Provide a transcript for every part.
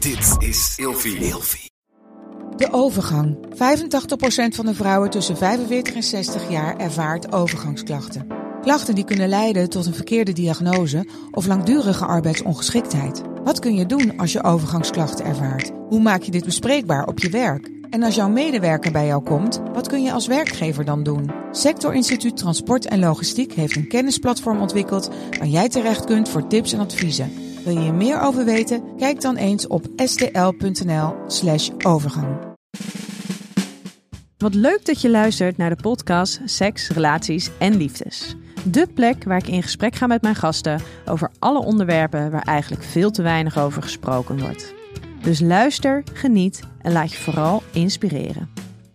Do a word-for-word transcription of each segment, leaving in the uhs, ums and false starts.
Dit is Ilfie. Ilfie. De overgang. vijfentachtig procent van de vrouwen tussen vijfenveertig en zestig jaar ervaart overgangsklachten. Klachten die kunnen leiden tot een verkeerde diagnose of langdurige arbeidsongeschiktheid. Wat kun je doen als je overgangsklachten ervaart? Hoe maak je dit bespreekbaar op je werk? En als jouw medewerker bij jou komt, wat kun je als werkgever dan doen? Sector Instituut Transport en Logistiek heeft een kennisplatform ontwikkeld waar jij terecht kunt voor tips en adviezen. Wil je hier meer over weten? Kijk dan eens op stl.nl slash overgang. Wat leuk dat je luistert naar de podcast Seks, Relaties en Liefdes. De plek waar ik in gesprek ga met mijn gasten over alle onderwerpen waar eigenlijk veel te weinig over gesproken wordt. Dus luister, geniet en laat je vooral inspireren.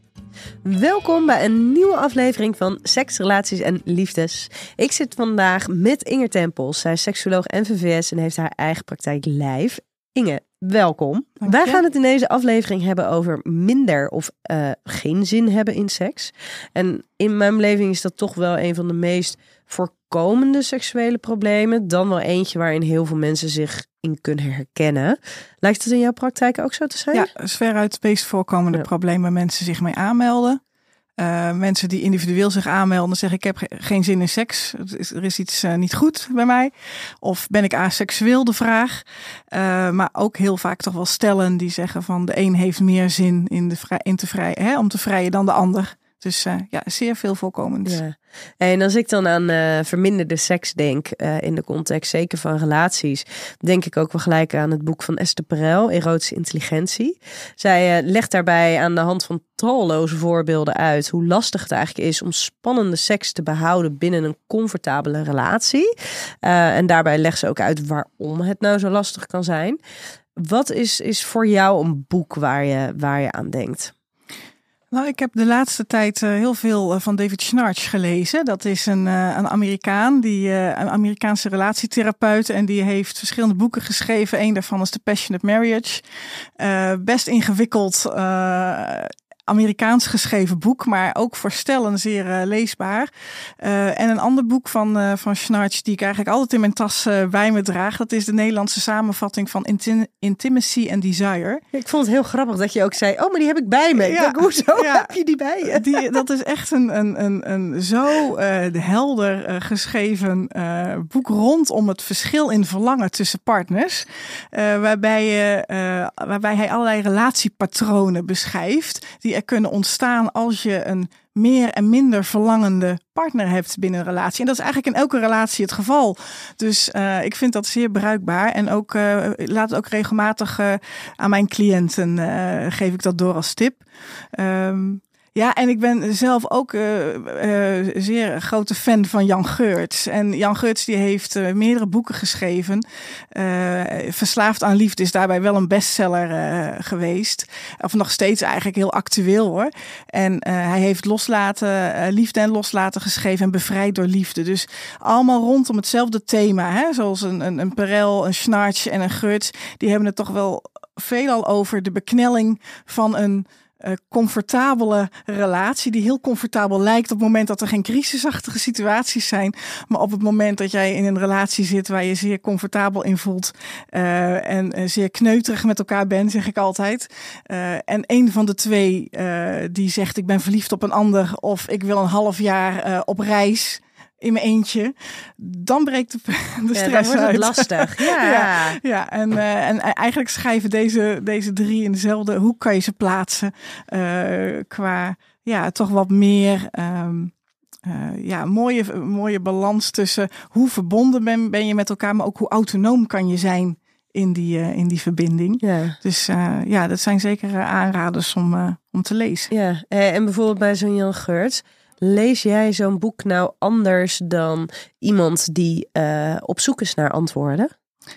Welkom bij een nieuwe aflevering van Seks, Relaties en Liefdes. Ik zit vandaag met Inge Tempels. Zij is seksuoloog en V V S en heeft haar eigen praktijk live. Inge, welkom. Wij gaan het in deze aflevering hebben over minder of uh, geen zin hebben in seks. En in mijn beleving is dat toch wel een van de meest voorkomende seksuele problemen. Dan wel eentje waarin heel veel mensen zich in kunnen herkennen. Lijkt het in jouw praktijk ook zo te zijn? Ja, dat is veruit het meest voorkomende ja. probleem waar mensen zich mee aanmelden. Uh, mensen die individueel zich aanmelden zeggen ik heb ge- geen zin in seks. Er is iets uh, niet goed bij mij. Of ben ik aseksueel, de vraag. Uh, maar ook heel vaak toch wel stellen die zeggen van de een heeft meer zin in, de vrij, in te vrijen, hè, om te vrijen dan de ander. Dus uh, ja, zeer veel voorkomend. Ja. En als ik dan aan uh, verminderde seks denk, uh, in de context zeker van relaties, denk ik ook wel gelijk aan het boek van Esther Perel, Erotische Intelligentie. Zij uh, legt daarbij aan de hand van talloze voorbeelden uit hoe lastig het eigenlijk is om spannende seks te behouden binnen een comfortabele relatie. Uh, en daarbij legt ze ook uit waarom het nou zo lastig kan zijn. Wat is, is voor jou een boek waar je, waar je aan denkt? Nou, ik heb de laatste tijd uh, heel veel uh, van David Schnarch gelezen. Dat is een, uh, een Amerikaan, die, uh, een Amerikaanse relatietherapeut. En die heeft verschillende boeken geschreven. Eén daarvan is The Passionate Marriage. Uh, best ingewikkeld uh, Amerikaans geschreven boek, maar ook voor stellen zeer uh, leesbaar. Uh, en een ander boek van, uh, van Schnarch die ik eigenlijk altijd in mijn tas uh, bij me draag. Dat is de Nederlandse samenvatting van Intim- Intimacy and Desire. Ik vond het heel grappig dat je ook zei, oh, maar die heb ik bij me. Ja, denk, hoezo ja, heb je die bij je? Die, dat is echt een, een, een, een zo uh, helder uh, geschreven uh, boek rondom het verschil in verlangen tussen partners. Uh, waarbij, uh, waarbij hij allerlei relatiepatronen beschrijft die er kunnen ontstaan als je een meer en minder verlangende partner hebt binnen een relatie. En dat is eigenlijk in elke relatie het geval. Dus uh, ik vind dat zeer bruikbaar. En ook uh, laat het ook regelmatig uh, aan mijn cliënten uh, geef ik dat door als tip. Um, Ja, en ik ben zelf ook uh, uh, zeer grote fan van Jan Geurts. En Jan Geurts die heeft uh, meerdere boeken geschreven. Uh, Verslaafd aan liefde is daarbij wel een bestseller uh, geweest. Of nog steeds eigenlijk heel actueel hoor. En uh, hij heeft loslaten, uh, Liefde en Loslaten geschreven en Bevrijd door Liefde. Dus allemaal rondom hetzelfde thema. Hè? Zoals een, een, een Perel, een Schnarch en een Geurts. Die hebben het toch wel veelal over de beknelling van een Uh, comfortabele relatie die heel comfortabel lijkt op het moment dat er geen crisisachtige situaties zijn, maar op het moment dat jij in een relatie zit waar je zeer comfortabel in voelt uh, en uh, zeer kneuterig met elkaar bent, zeg ik altijd. Uh, en een van de twee uh, die zegt ik ben verliefd op een ander of ik wil een half jaar uh, op reis in mijn eentje, dan breekt de, de stress uit. Ja, dan wordt het lastig. Ja, ja, ja en, uh, en eigenlijk schrijven deze, deze drie in dezelfde hoek kan je ze plaatsen. Uh, qua ja, toch wat meer um, uh, ja, mooie, mooie balans tussen hoe verbonden ben, ben je met elkaar, maar ook hoe autonoom kan je zijn in die, uh, in die verbinding. Ja. Dus uh, ja, dat zijn zeker aanraders om, uh, om te lezen. Ja, en bijvoorbeeld bij zo'n Jan Geurts, lees jij zo'n boek nou anders dan iemand die uh, op zoek is naar antwoorden?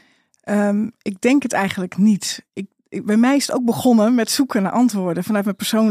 Um, ik denk het eigenlijk niet. Ik, ik, bij mij is het ook begonnen met zoeken naar antwoorden vanuit mijn persoonlijke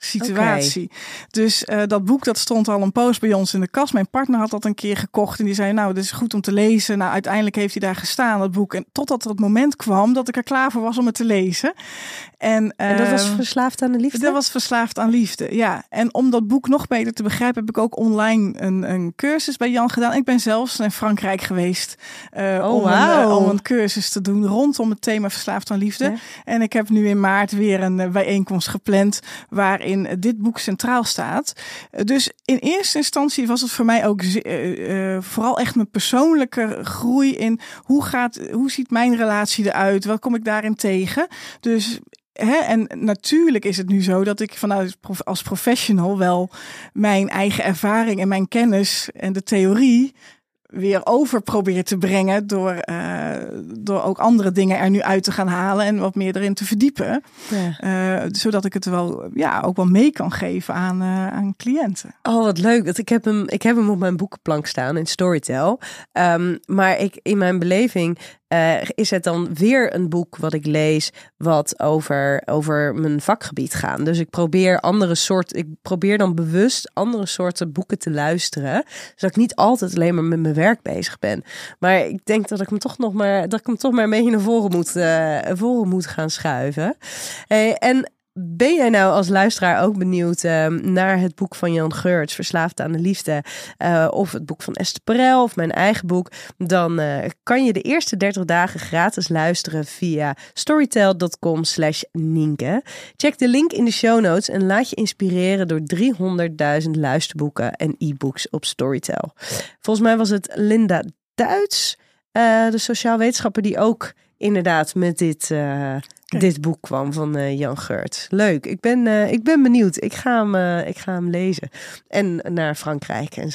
situatie. Okay. Dus uh, dat boek dat stond al een poos bij ons in de kast. Mijn partner had dat een keer gekocht en die zei, nou, dit is goed om te lezen. Nou, uiteindelijk heeft hij daar gestaan, dat boek. En totdat er het moment kwam dat ik er klaar voor was om het te lezen. En, uh, en dat was Verslaafd aan de Liefde? Dat was Verslaafd aan Liefde, ja. En om dat boek nog beter te begrijpen, heb ik ook online een, een cursus bij Jan gedaan. Ik ben zelfs in Frankrijk geweest uh, oh, om, wow. een, uh, om een cursus te doen rondom het thema Verslaafd aan Liefde. Ja. En ik heb nu in maart weer een uh, bijeenkomst gepland waarin in dit boek centraal staat. Dus in eerste instantie was het voor mij ook uh, uh, vooral echt mijn persoonlijke groei in hoe gaat, hoe ziet mijn relatie eruit? Wat kom ik daarin tegen? Dus He, en natuurlijk is het nu zo dat ik vanuit als professional wel mijn eigen ervaring en mijn kennis en de theorie weer over probeer te brengen door, uh, door ook andere dingen er nu uit te gaan halen en wat meer erin te verdiepen. Ja. Uh, zodat ik het wel, ja, ook wel mee kan geven aan, uh, aan cliënten. Oh, wat leuk. Dat ik, heb hem, ik heb hem op mijn boekenplank staan in Storytel. Um, maar ik, in mijn beleving uh, is het dan weer een boek wat ik lees wat over, over mijn vakgebied gaat. Dus ik probeer andere soorten, ik probeer dan bewust andere soorten boeken te luisteren. Zodat ik niet altijd alleen maar met mijn werk bezig ben. Maar ik denk dat ik hem toch nog maar, dat ik hem toch maar een beetje naar voren moet, uh, voren moet gaan schuiven. Hey, en ben jij nou als luisteraar ook benieuwd uh, naar het boek van Jan Geurts, Verslaafd aan de Liefde, uh, of het boek van Esther Perel of mijn eigen boek, dan uh, kan je de eerste dertig dagen gratis luisteren via storytel.com slash Nienke. Check de link in de show notes en laat je inspireren door driehonderdduizend luisterboeken en e-books op Storytel. Volgens mij was het Linda Duits, uh, de sociaal wetenschapper, die ook inderdaad met dit... Uh, Dit boek kwam van uh, Jan Geurts. Leuk. Ik ben, uh, ik ben benieuwd. Ik ga, hem, uh, ik ga hem lezen. En naar Frankrijk en zo.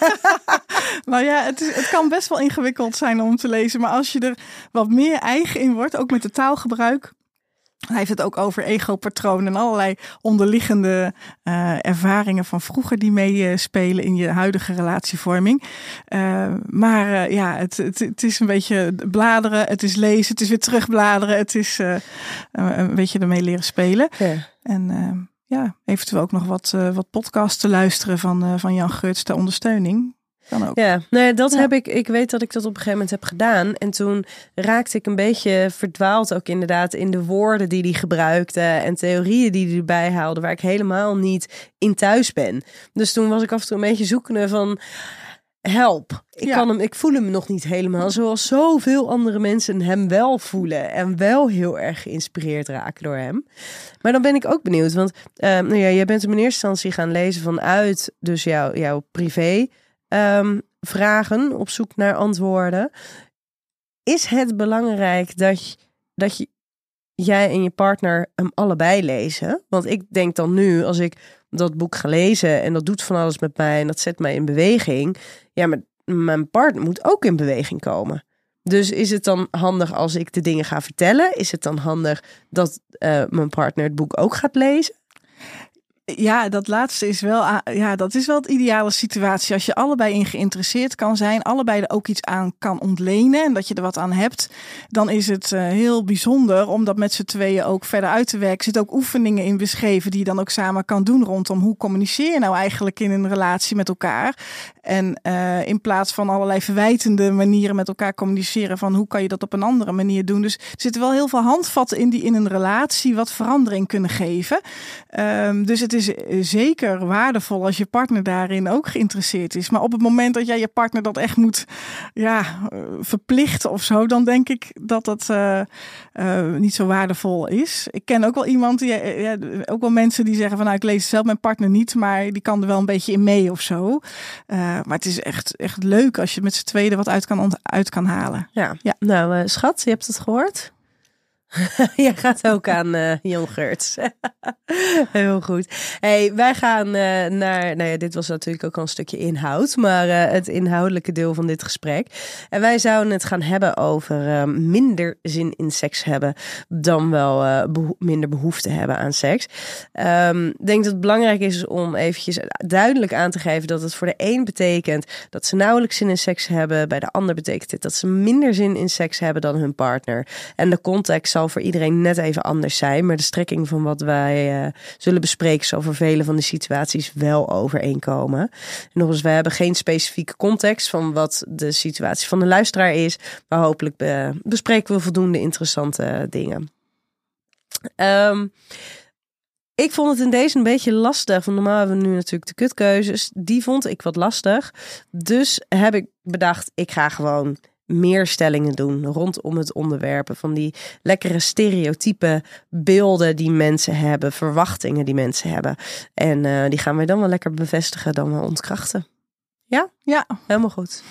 Nou ja, het, is, het kan best wel ingewikkeld zijn om te lezen. Maar als je er wat meer eigen in wordt, ook met het taalgebruik. Hij heeft het ook over egopatronen en allerlei onderliggende uh, ervaringen van vroeger die meespelen uh, in je huidige relatievorming. Uh, maar uh, ja, het, het, het is een beetje bladeren, het is lezen, het is weer terugbladeren, het is uh, een beetje ermee leren spelen. Ja. En uh, ja, eventueel ook nog wat, uh, wat podcasts te luisteren van, uh, van Jan Geurts ter ondersteuning. Kan ook. Ja, nee, dat ja. heb ik. Ik weet dat ik dat op een gegeven moment heb gedaan. En toen raakte ik een beetje verdwaald ook inderdaad in de woorden die hij gebruikte en theorieën die hij erbij haalde, waar ik helemaal niet in thuis ben. Dus toen was ik af en toe een beetje zoekende van help. Ik, ja. kan hem, ik voel hem nog niet helemaal zoals zoveel andere mensen hem wel voelen en wel heel erg geïnspireerd raken door hem. Maar dan ben ik ook benieuwd, want uh, nou ja, jij bent hem in eerste instantie gaan lezen vanuit dus jouw, jouw privé Um, vragen, op zoek naar antwoorden. Is het belangrijk dat, je, dat je, jij en je partner hem allebei lezen? Want ik denk dan nu, als ik dat boek ga lezen en dat doet van alles met mij en dat zet mij in beweging. Ja, maar mijn partner moet ook in beweging komen. Dus is het dan handig als ik de dingen ga vertellen? Is het dan handig dat uh, mijn partner het boek ook gaat lezen? Ja, dat laatste is wel, ja, dat is wel de ideale situatie. Als je allebei in geïnteresseerd kan zijn, allebei er ook iets aan kan ontlenen en dat je er wat aan hebt, dan is het uh, heel bijzonder om dat met z'n tweeën ook verder uit te werken. Er zitten ook oefeningen in beschreven die je dan ook samen kan doen rondom hoe communiceer je nou eigenlijk in een relatie met elkaar. En uh, in plaats van allerlei verwijtende manieren met elkaar communiceren van hoe kan je dat op een andere manier doen. Dus er zitten wel heel veel handvatten in die in een relatie wat verandering kunnen geven. Um, dus het is zeker waardevol als je partner daarin ook geïnteresseerd is. Maar op het moment dat jij je partner dat echt moet ja, verplichten of zo, dan denk ik dat dat uh, uh, niet zo waardevol is. Ik ken ook wel iemand, die, ja, ook wel mensen die zeggen van nou ik lees zelf mijn partner niet, maar die kan er wel een beetje in mee of zo. Uh, maar het is echt, echt leuk als je met z'n tweeën wat uit kan, uit kan halen. Ja, ja. Nou uh, schat, je hebt het gehoord. Jij gaat ook aan uh, Jan Geurts. Heel goed. Hey, wij gaan uh, naar... Nou ja, dit was natuurlijk ook al een stukje inhoud. Maar uh, het inhoudelijke deel van dit gesprek. En wij zouden het gaan hebben over uh, minder zin in seks hebben. Dan wel uh, beho- minder behoefte hebben aan seks. Um, ik denk dat het belangrijk is om eventjes duidelijk aan te geven dat het voor de een betekent dat ze nauwelijks zin in seks hebben. Bij de ander betekent het dat ze minder zin in seks hebben dan hun partner. En de context zal zal voor iedereen net even anders zijn. Maar de strekking van wat wij uh, zullen bespreken zal voor vele van de situaties wel overeenkomen. En nog eens, we hebben geen specifieke context van wat de situatie van de luisteraar is. Maar hopelijk be- bespreken we voldoende interessante dingen. Um, ik vond het in deze een beetje lastig. Want normaal hebben we nu natuurlijk de kutkeuzes. Die vond ik wat lastig. Dus heb ik bedacht, ik ga gewoon meer stellingen doen rondom het onderwerpen van die lekkere stereotype beelden die mensen hebben, verwachtingen die mensen hebben. En uh, die gaan wij dan wel lekker bevestigen, dan wel ontkrachten. Ja? Ja. Helemaal goed.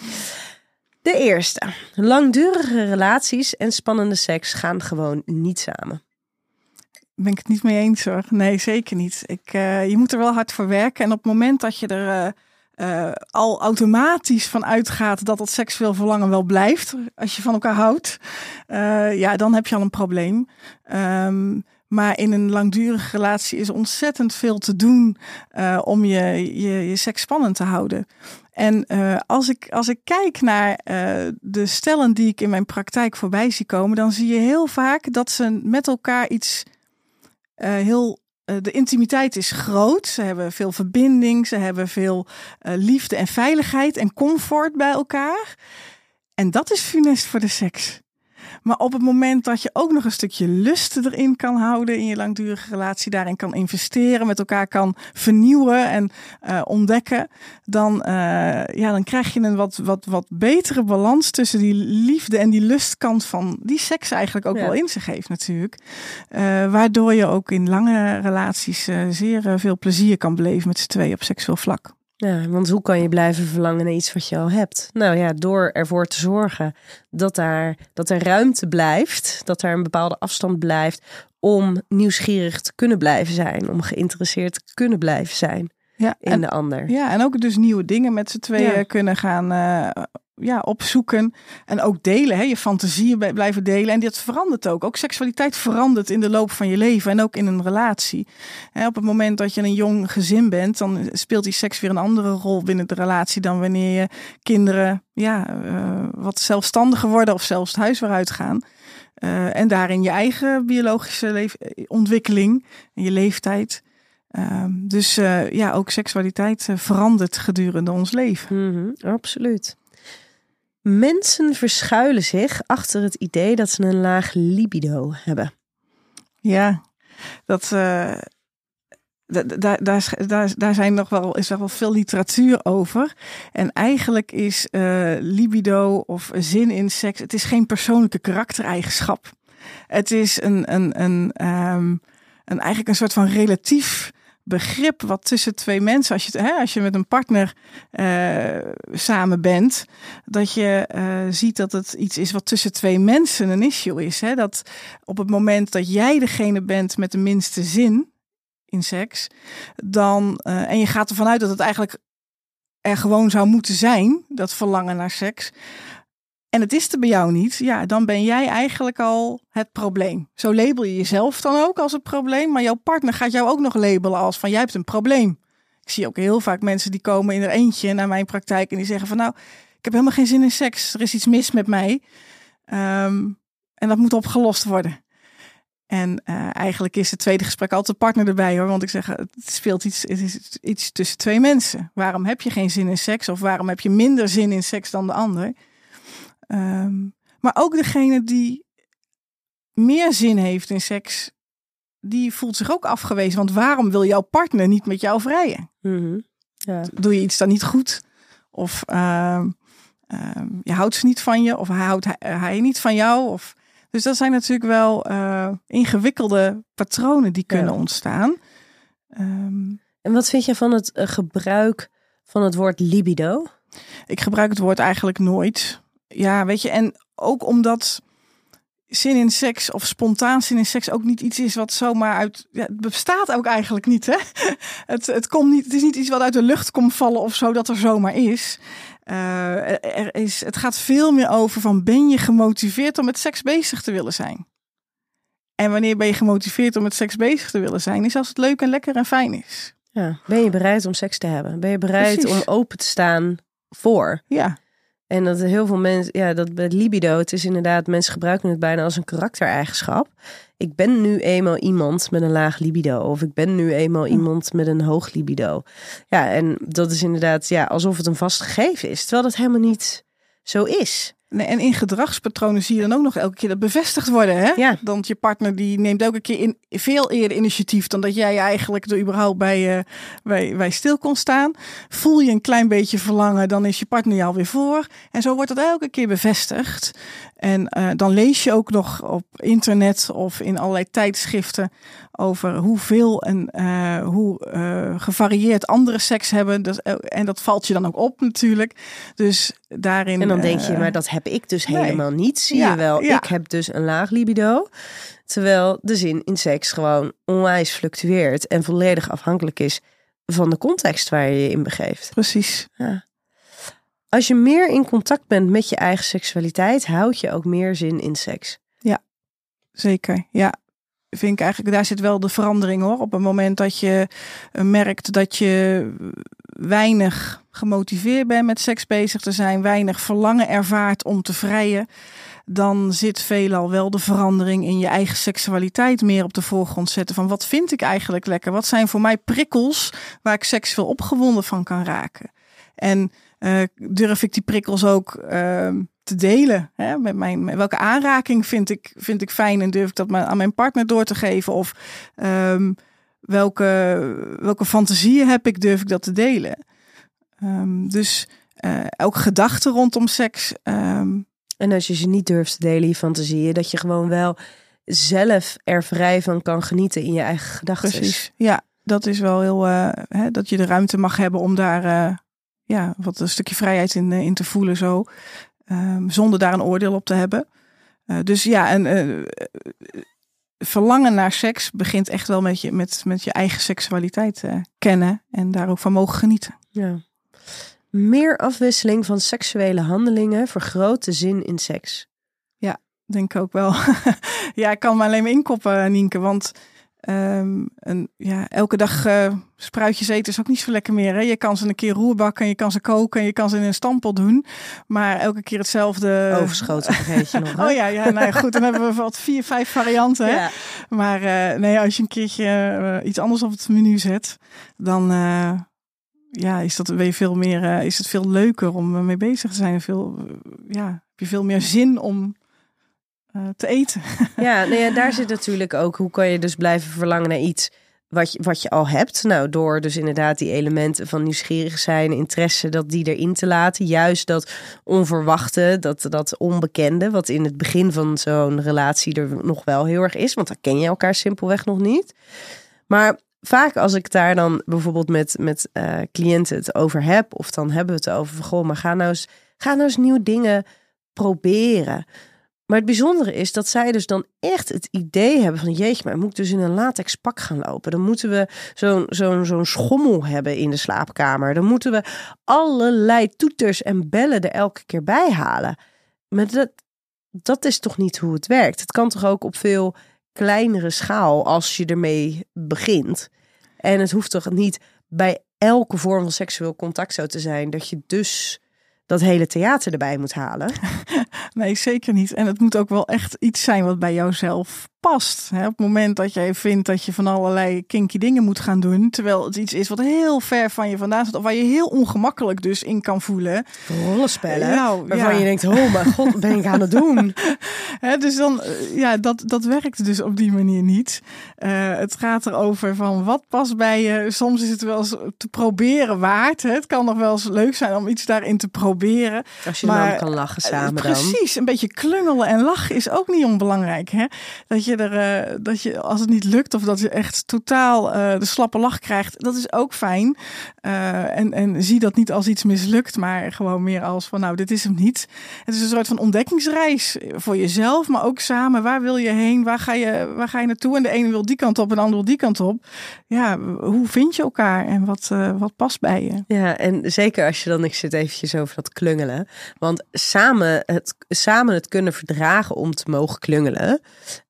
De eerste. Langdurige relaties en spannende seks gaan gewoon niet samen. Ben ik het niet mee eens hoor. Nee, zeker niet. Ik, uh, je moet er wel hard voor werken. En op het moment dat je er uh, uh, al automatisch van uitgaat dat dat seksueel verlangen wel blijft, als je van elkaar houdt, uh, ja, dan heb je al een probleem. Um, maar in een langdurige relatie is ontzettend veel te doen uh, om je, je, je seks spannend te houden. En uh, als ik, als ik kijk naar uh, de stellen die ik in mijn praktijk voorbij zie komen, dan zie je heel vaak dat ze met elkaar iets uh, heel... Uh, de intimiteit is groot. Ze hebben veel verbinding. Ze hebben veel uh, liefde en veiligheid en comfort bij elkaar. En dat is funest voor de seks. Maar op het moment dat je ook nog een stukje lust erin kan houden in je langdurige relatie, daarin kan investeren, met elkaar kan vernieuwen en uh, ontdekken, dan, uh, ja, dan krijg je een wat, wat, wat betere balans tussen die liefde en die lustkant van die seks eigenlijk ook ja. wel in zich heeft natuurlijk. Uh, waardoor je ook in lange relaties uh, zeer uh, veel plezier kan beleven met z'n tweeën op seksueel vlak. Ja, want hoe kan je blijven verlangen naar iets wat je al hebt? Nou ja, door ervoor te zorgen dat, daar, dat er ruimte blijft, dat er een bepaalde afstand blijft om nieuwsgierig te kunnen blijven zijn, om geïnteresseerd te kunnen blijven zijn ja, in en, de ander. Ja, en ook dus nieuwe dingen met z'n tweeën ja. kunnen gaan uh, ja, opzoeken en ook delen. Hè? Je fantasieën blijven delen en dat verandert ook. Ook seksualiteit verandert in de loop van je leven en ook in een relatie. Hè, op het moment dat je een jong gezin bent, dan speelt die seks weer een andere rol binnen de relatie dan wanneer je kinderen ja, uh, wat zelfstandiger worden of zelfs het huis weer uitgaan. Uh, en daarin je eigen biologische leef- ontwikkeling en je leeftijd. Uh, dus uh, ja, ook seksualiteit uh, verandert gedurende ons leven. Mm-hmm, absoluut. Mensen verschuilen zich achter het idee dat ze een laag libido hebben. Ja, dat, uh, d- d- daar, daar, daar zijn nog wel, is nog wel veel literatuur over. En eigenlijk is uh, libido of zin in seks, het is geen persoonlijke karaktereigenschap. Het is een, een, een, um, een eigenlijk een soort van relatief begrip wat tussen twee mensen, als je, hè, als je met een partner uh, samen bent, dat je uh, ziet dat het iets is wat tussen twee mensen een issue is. Hè? Dat op het moment dat jij degene bent met de minste zin in seks, dan uh, en je gaat ervan uit dat het eigenlijk er gewoon zou moeten zijn, dat verlangen naar seks, en het is er bij jou niet, ja, dan ben jij eigenlijk al het probleem. Zo label je jezelf dan ook als het probleem, maar jouw partner gaat jou ook nog labelen als van jij hebt een probleem. Ik zie ook heel vaak mensen die komen in er eentje naar mijn praktijk en die zeggen van nou, ik heb helemaal geen zin in seks, er is iets mis met mij. Um, en dat moet opgelost worden. En uh, eigenlijk is het tweede gesprek altijd de partner erbij hoor, want ik zeg het speelt iets, het is iets tussen twee mensen. Waarom heb je geen zin in seks of waarom heb je minder zin in seks dan de ander? Um, maar ook degene die meer zin heeft in seks, die voelt zich ook afgewezen. Want waarom wil jouw partner niet met jou vrijen? Mm-hmm. Ja. Doe je iets dan niet goed? Of uh, uh, je houdt ze niet van je? Of hij houdt hij, hij niet van jou? Of... Dus dat zijn natuurlijk wel uh, ingewikkelde patronen die kunnen ja. ontstaan. Um, en wat vind je van het uh, gebruik van het woord libido? Ik gebruik het woord eigenlijk nooit. Ja, weet je, en ook omdat zin in seks of spontaan zin in seks ook niet iets is wat zomaar uit... Ja, het bestaat ook eigenlijk niet, hè? Het, het, komt niet, het is niet iets wat uit de lucht komt vallen of zo, dat er zomaar is. Uh, er is. Het gaat veel meer over van, ben je gemotiveerd om met seks bezig te willen zijn? En wanneer ben je gemotiveerd om met seks bezig te willen zijn? Is als het leuk en lekker en fijn is. Ja, ben je bereid om seks te hebben? Ben je bereid Precies. om open te staan voor? Ja. En dat heel veel mensen, ja, dat bij libido, het is inderdaad, mensen gebruiken het bijna als een karaktereigenschap. Ik ben nu eenmaal iemand met een laag libido. Of ik ben nu eenmaal Ja. iemand met een hoog libido. Ja, en dat is inderdaad, ja, alsof het een vast gegeven is. Terwijl dat helemaal niet zo is. Nee, en in gedragspatronen zie je dan ook nog elke keer dat bevestigd worden. Hè? Ja. Want je partner die neemt elke keer in, veel eerder initiatief dan dat jij eigenlijk er überhaupt bij, uh, bij, bij stil kon staan. Voel je een klein beetje verlangen, dan is je partner jou weer voor. En zo wordt dat elke keer bevestigd. En uh, dan lees je ook nog op internet of in allerlei tijdschriften over hoeveel en uh, hoe uh, gevarieerd andere seks hebben. Dus, uh, en dat valt je dan ook op natuurlijk. Dus daarin. En dan denk je, uh, maar dat heb ik dus nee. helemaal niet. Zie Ja, je wel, ja. ik heb dus een laag libido. Terwijl de zin in seks gewoon onwijs fluctueert en volledig afhankelijk is van de context waar je je in begeeft. Precies. Ja. Als je meer in contact bent met je eigen seksualiteit, houd je ook meer zin in seks. Zeker, ja. Vind ik eigenlijk, daar zit wel de verandering hoor. Op het moment dat je uh, merkt dat je weinig gemotiveerd bent met seks bezig te zijn, weinig verlangen ervaart om te vrijen, dan zit veelal wel de verandering in je eigen seksualiteit meer op de voorgrond zetten. Van wat vind ik eigenlijk lekker? Wat zijn voor mij prikkels waar ik seksueel opgewonden van kan raken? En uh, durf ik die prikkels ook uh, te delen? Hè? Met mijn, met welke aanraking vind ik, vind ik fijn en durf ik dat maar aan mijn partner door te geven? Of um, welke, welke fantasieën heb ik, durf ik dat te delen? Um, dus uh, ook gedachten rondom seks. Um, En als je ze niet durft te delen, je fantasieën, dat je gewoon wel zelf er vrij van kan genieten in je eigen gedachten. Precies, ja. Dat is wel heel, uh, hè, dat je de ruimte mag hebben om daar uh, ja, wat een stukje vrijheid in, uh, in te voelen zo. Um, zonder daar een oordeel op te hebben. Uh, dus ja, een uh, verlangen naar seks begint echt wel met je, met, met je eigen seksualiteit uh, kennen. En daar ook van mogen genieten. Ja. Meer afwisseling van seksuele handelingen vergroot de zin in seks. Ja, denk ik ook wel. Ja, ik kan me alleen maar inkoppen, Nienke. Want um, een, ja, elke dag uh, spruitjes eten is ook niet zo lekker meer. Hè? Je kan ze een keer roerbakken, je kan ze koken en je kan ze in een stampot doen. Maar elke keer hetzelfde. Overschoten vergeet je nog. Hè? Oh ja, ja, nou ja, goed. Dan hebben we wat vier, vijf varianten. Hè? Ja. Maar uh, nee, als je een keertje uh, iets anders op het menu zet, dan uh, ja, is dat weer veel meer. Uh, is het veel leuker om mee bezig te zijn. Veel, uh, ja, heb je veel meer zin om uh, te eten. Ja, nou ja, daar zit natuurlijk ook, hoe kan je dus blijven verlangen naar iets wat je, wat je al hebt? Nou, door dus inderdaad die elementen van nieuwsgierig zijn, interesse, dat die erin te laten. Juist dat onverwachte, dat, dat onbekende, wat in het begin van zo'n relatie er nog wel heel erg is. Want dan ken je elkaar simpelweg nog niet. Maar vaak als ik daar dan bijvoorbeeld met, met uh, cliënten het over heb, of dan hebben we het over van, goh, maar ga nou eens, ga nou eens nieuwe dingen proberen. Maar het bijzondere is dat zij dus dan echt het idee hebben van, jeetje, maar moet ik dus in een latex pak gaan lopen? Dan moeten we zo'n, zo'n, zo'n schommel hebben in de slaapkamer. Dan moeten we allerlei toeters en bellen er elke keer bij halen. Maar dat, dat is toch niet hoe het werkt? Het kan toch ook op veel kleinere schaal als je ermee begint. En het hoeft toch niet bij elke vorm van seksueel contact zo te zijn dat je dus dat hele theater erbij moet halen. Nee, zeker niet. En het moet ook wel echt iets zijn wat bij jouzelf past. Hè? Op het moment dat jij vindt dat je van allerlei kinky dingen moet gaan doen, terwijl het iets is wat heel ver van je vandaan staat, of waar je heel ongemakkelijk dus in kan voelen. Rollenspellen, nou, waarvan ja. je denkt, oh mijn god, wat ben ik aan het doen? Hè, dus dan, ja, dat, dat werkt dus op die manier niet. Uh, het gaat erover van wat past bij je. Soms is het wel eens te proberen waard. Hè? Het kan nog wel eens leuk zijn om iets daarin te proberen. Als je maar, dan kan lachen samen precies, dan. Precies, een beetje klungelen en lachen is ook niet onbelangrijk. Hè? Dat je er, uh, dat je als het niet lukt of dat je echt totaal uh, de slappe lach krijgt, dat is ook fijn. Uh, en, en zie dat niet als iets mislukt, maar gewoon meer als van, nou, dit is hem niet. Het is een soort van ontdekkingsreis voor jezelf, maar ook samen. Waar wil je heen? Waar ga je, waar ga je naartoe? En de ene wil die kant op en de ander wil die kant op. Ja, hoe vind je elkaar en wat, uh, wat past bij je? Ja, en zeker als je dan, ik zit eventjes over dat klungelen. Want samen het, samen het kunnen verdragen om te mogen klungelen,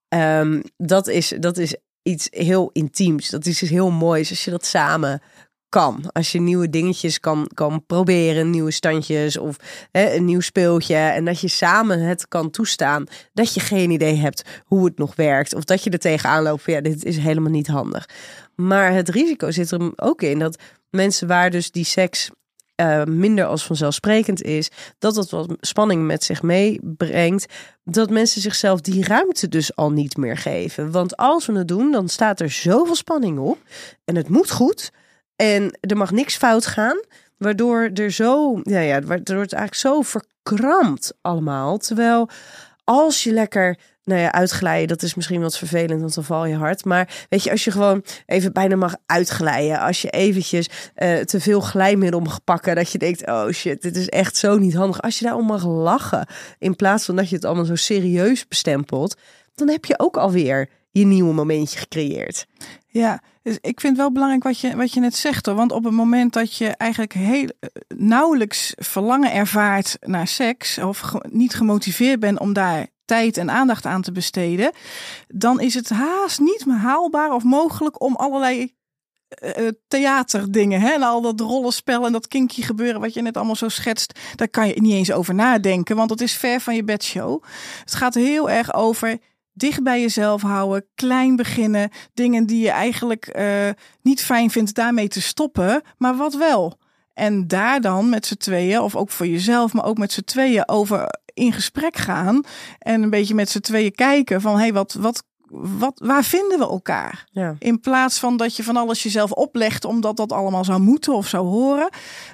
um, dat is, dat is iets heel intiems. Dat is iets heel moois als je dat samen kan. Als je nieuwe dingetjes kan, kan proberen, nieuwe standjes of hè, een nieuw speeltje. En dat je samen het kan toestaan. Dat je geen idee hebt hoe het nog werkt. Of dat je er tegenaan loopt van ja, dit is helemaal niet handig. Maar het risico zit er ook in dat mensen waar dus die seks uh, minder als vanzelfsprekend is, dat dat wat spanning met zich meebrengt, dat mensen zichzelf die ruimte dus al niet meer geven. Want als we het doen, dan staat er zoveel spanning op en het moet goed. En er mag niks fout gaan, waardoor er zo, ja, ja, waardoor het eigenlijk zo verkrampt allemaal. Terwijl als je lekker, nou ja, uitglijden, dat is misschien wat vervelend, want dan val je hard. Maar weet je, als je gewoon even bijna mag uitglijden, als je eventjes uh, te veel glijmiddel mag pakken, dat je denkt, oh shit, dit is echt zo niet handig. Als je daarom mag lachen, in plaats van dat je het allemaal zo serieus bestempelt, dan heb je ook alweer je nieuwe momentje gecreëerd. Ja, dus ik vind het wel belangrijk wat je, wat je net zegt hoor. Want op het moment dat je eigenlijk heel nauwelijks verlangen ervaart naar seks, of ge, niet gemotiveerd bent om daar tijd en aandacht aan te besteden, dan is het haast niet meer haalbaar of mogelijk om allerlei uh, theaterdingen, hè, en al dat rollenspel en dat kinky gebeuren wat je net allemaal zo schetst, daar kan je niet eens over nadenken, want het is ver van je bedshow. Het gaat heel erg over dicht bij jezelf houden, klein beginnen, dingen die je eigenlijk uh, niet fijn vindt, daarmee te stoppen, maar wat wel. En daar dan met z'n tweeën, of ook voor jezelf, maar ook met z'n tweeën over in gesprek gaan en een beetje met z'n tweeën kijken van, hé, hey, wat, wat, wat, waar vinden we elkaar? Ja. In plaats van dat je van alles jezelf oplegt, omdat dat allemaal zou moeten of zou horen.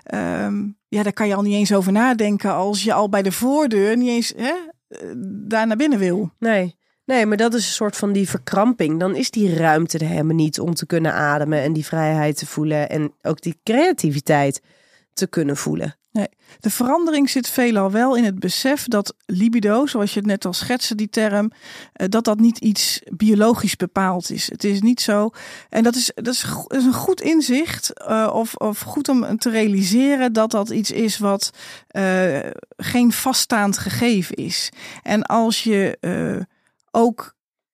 Um, ja, daar kan je al niet eens over nadenken als je al bij de voordeur niet eens hè, daar naar binnen wil. Nee. Nee, maar dat is een soort van die verkramping. Dan is die ruimte er helemaal niet om te kunnen ademen en die vrijheid te voelen en ook die creativiteit te kunnen voelen. Nee, de verandering zit veelal wel in het besef dat libido, zoals je het net al schetste, die term, dat dat niet iets biologisch bepaald is. Het is niet zo. En dat is, dat is, dat is een goed inzicht uh, of, of goed om te realiseren dat dat iets is wat uh, geen vaststaand gegeven is. En als je uh, ook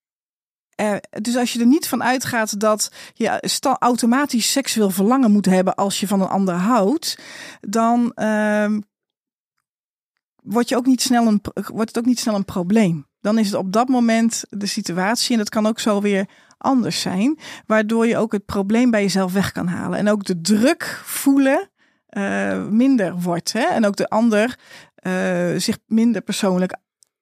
Uh, dus als je er niet van uitgaat dat je sta- automatisch seksueel verlangen moet hebben als je van een ander houdt, dan uh, wordt, je ook niet snel een, wordt het ook niet snel een probleem. Dan is het op dat moment de situatie, en dat kan ook zo weer anders zijn, waardoor je ook het probleem bij jezelf weg kan halen. En ook de druk voelen uh, minder wordt. Hè? En ook de ander uh, zich minder persoonlijk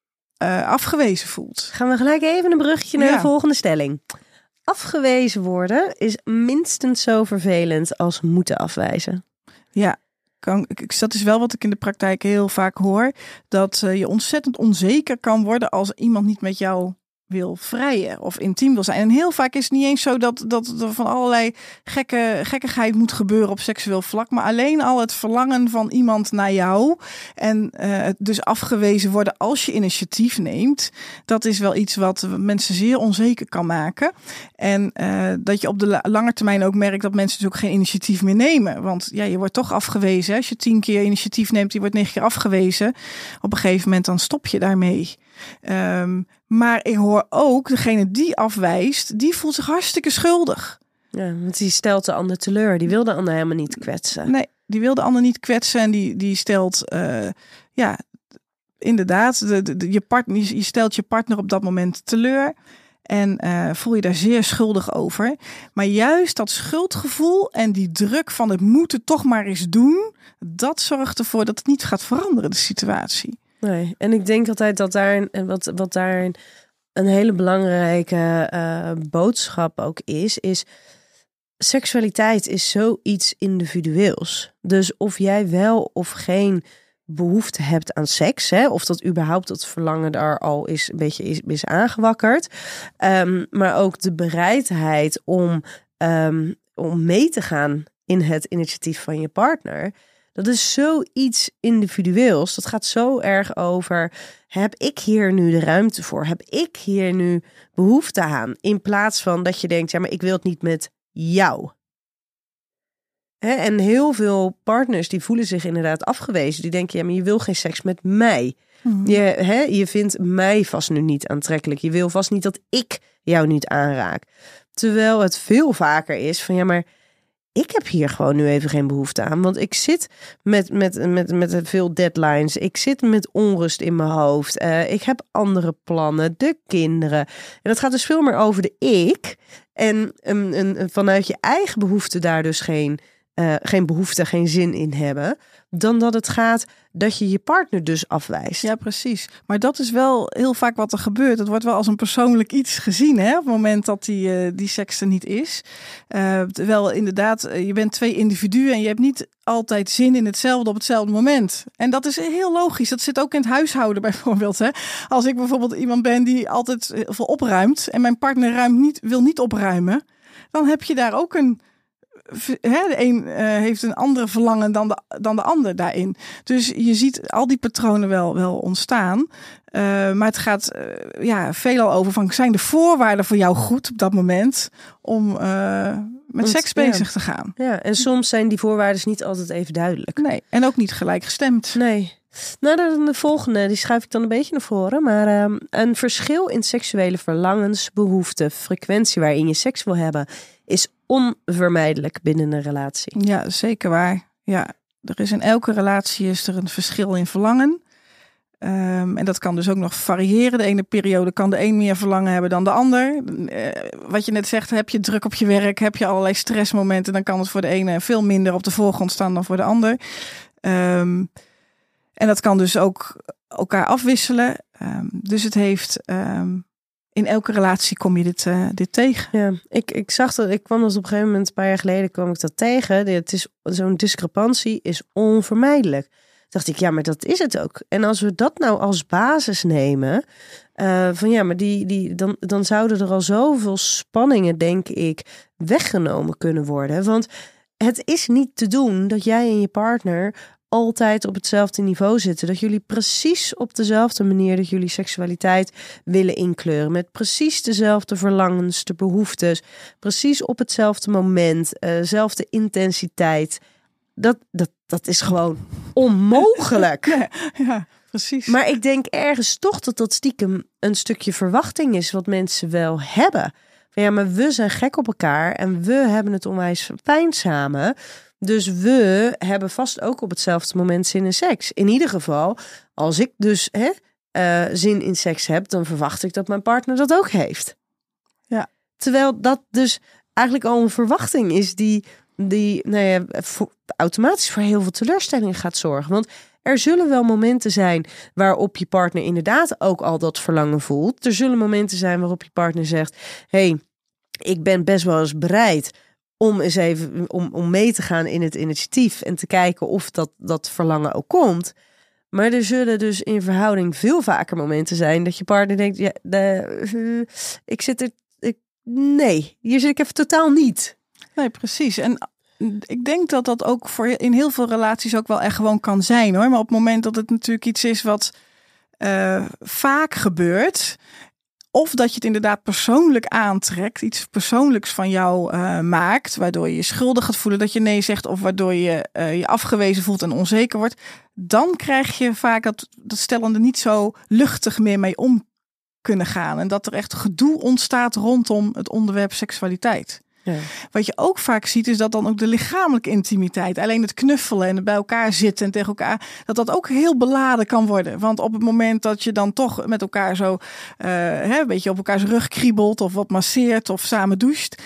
Uh, afgewezen voelt. Gaan we gelijk even een bruggetje naar ja. de volgende stelling. Afgewezen worden is minstens zo vervelend als moeten afwijzen. Ja, kan, dat is wel wat ik in de praktijk heel vaak hoor. Dat uh, je ontzettend onzeker kan worden als iemand niet met jou wil vrijen of intiem wil zijn. En heel vaak is het niet eens zo dat, dat er van allerlei gekke, gekkigheid moet gebeuren op seksueel vlak, maar alleen al het verlangen van iemand naar jou en uh, dus afgewezen worden als je initiatief neemt, dat is wel iets wat mensen zeer onzeker kan maken. En uh, dat je op de la- lange termijn ook merkt dat mensen dus ook geen initiatief meer nemen. Want ja, je wordt toch afgewezen. Hè? Als je tien keer initiatief neemt, je wordt negen keer afgewezen. Op een gegeven moment dan stop je daarmee. Um, maar ik hoor ook, degene die afwijst, die voelt zich hartstikke schuldig. Ja, want die stelt de ander teleur. Die wil de ander helemaal niet kwetsen. Nee, die wil de ander niet kwetsen. En die, die stelt, uh, ja, inderdaad, de, de, de, je, partner, je stelt je partner op dat moment teleur. En uh, voel je daar zeer schuldig over. Maar juist dat schuldgevoel en die druk van het moeten toch maar eens doen, dat zorgt ervoor dat het niet gaat veranderen, de situatie. Nee, en ik denk altijd dat daar wat, wat daar een hele belangrijke uh, boodschap ook is, is seksualiteit is zoiets individueels. Dus of jij wel of geen behoefte hebt aan seks, hè, of dat überhaupt dat verlangen daar al is een beetje is, is aangewakkerd, um, maar ook de bereidheid om, um, om mee te gaan in het initiatief van je partner. Dat is zoiets individueels. Dat gaat zo erg over, heb ik hier nu de ruimte voor? Heb ik hier nu behoefte aan? In plaats van dat je denkt, ja, maar ik wil het niet met jou. Hè? En heel veel partners die voelen zich inderdaad afgewezen. Die denken, ja, maar je wil geen seks met mij. Mm-hmm. Je, hè, je vindt mij vast nu niet aantrekkelijk. Je wil vast niet dat ik jou niet aanraak. Terwijl het veel vaker is van, ja, maar ik heb hier gewoon nu even geen behoefte aan. Want ik zit met, met, met, met veel deadlines. Ik zit met onrust in mijn hoofd. Uh, ik heb andere plannen, de kinderen. En dat gaat dus veel meer over de ik. En um, um, vanuit je eigen behoefte daar dus geen, uh, geen behoefte, geen zin in hebben. Dan dat het gaat dat je je partner dus afwijst. Ja, precies. Maar dat is wel heel vaak wat er gebeurt. Het wordt wel als een persoonlijk iets gezien, hè, op het moment dat die, uh, die seks er niet is. Uh, terwijl inderdaad, uh, je bent twee individuen en je hebt niet altijd zin in hetzelfde op hetzelfde moment. En dat is heel logisch. Dat zit ook in het huishouden bijvoorbeeld. Hè. Als ik bijvoorbeeld iemand ben die altijd heel veel opruimt en mijn partner ruimt niet, wil niet opruimen, dan heb je daar ook een... He, de een uh, heeft een andere verlangen dan de, dan de ander daarin. Dus je ziet al die patronen wel, wel ontstaan. Uh, maar het gaat uh, ja, veelal over van, zijn de voorwaarden voor jou goed op dat moment om uh, met seks bezig ja. te gaan? Ja, en soms zijn die voorwaarden niet altijd even duidelijk. Nee, en ook niet gelijk gestemd. Nee. Nou, de, de volgende, die schuif ik dan een beetje naar voren. Maar um, een verschil in seksuele verlangens, behoeften, frequentie waarin je seks wil hebben, is onvermijdelijk binnen een relatie. Ja, zeker waar. Ja, er is in elke relatie is er een verschil in verlangen. Um, en dat kan dus ook nog variëren. De ene periode kan de een meer verlangen hebben dan de ander. Uh, wat je net zegt, heb je druk op je werk, heb je allerlei stressmomenten, dan kan het voor de ene veel minder op de voorgrond staan dan voor de ander. Um, en dat kan dus ook elkaar afwisselen. Um, dus het heeft... Um, in elke relatie kom je dit, uh, dit tegen. Ja, ik, ik zag dat, ik kwam dat op een gegeven moment, een paar jaar geleden kwam ik dat tegen. Het is, zo'n discrepantie is onvermijdelijk. Dacht ik, ja, maar dat is het ook. En als we dat nou als basis nemen, uh, van ja, maar die, die, dan, dan zouden er al zoveel spanningen, denk ik, weggenomen kunnen worden. Want het is niet te doen dat jij en je partner altijd op hetzelfde niveau zitten. Dat jullie precies op dezelfde manier dat jullie seksualiteit willen inkleuren. Met precies dezelfde verlangens, de behoeftes. Precies op hetzelfde moment. Uh, zelfde intensiteit. Dat, dat, dat is gewoon onmogelijk. Ja, ja, precies. Maar ik denk ergens toch dat dat stiekem een stukje verwachting is wat mensen wel hebben. Van ja, maar we zijn gek op elkaar en we hebben het onwijs fijn samen. Dus we hebben vast ook op hetzelfde moment zin in seks. In ieder geval, als ik dus hè, uh, zin in seks heb, dan verwacht ik dat mijn partner dat ook heeft. Ja. Terwijl dat dus eigenlijk al een verwachting is die, die nou ja, voor, automatisch voor heel veel teleurstellingen gaat zorgen. Want er zullen wel momenten zijn waarop je partner inderdaad ook al dat verlangen voelt. Er zullen momenten zijn waarop je partner zegt, hey, ik ben best wel eens bereid om eens even om, om mee te gaan in het initiatief en te kijken of dat, dat verlangen ook komt. Maar er zullen dus in verhouding veel vaker momenten zijn dat je partner denkt, ja, de, uh, ik zit er, ik, nee, hier zit ik even totaal niet. Nee, precies. En ik denk dat dat ook voor in heel veel relaties ook wel echt gewoon kan zijn, hoor. Maar op het moment dat het natuurlijk iets is wat uh, vaak gebeurt, of dat je het inderdaad persoonlijk aantrekt, iets persoonlijks van jou uh, maakt, waardoor je je schuldig gaat voelen dat je nee zegt, of waardoor je uh, je afgewezen voelt en onzeker wordt, dan krijg je vaak dat, dat stellende niet zo luchtig meer mee om kunnen gaan. En dat er echt gedoe ontstaat rondom het onderwerp seksualiteit. Ja. Wat je ook vaak ziet is dat dan ook de lichamelijke intimiteit, alleen het knuffelen en het bij elkaar zitten en tegen elkaar, dat dat ook heel beladen kan worden. Want op het moment dat je dan toch met elkaar zo uh, hè, een beetje op elkaars rug kriebelt of wat masseert of samen doucht,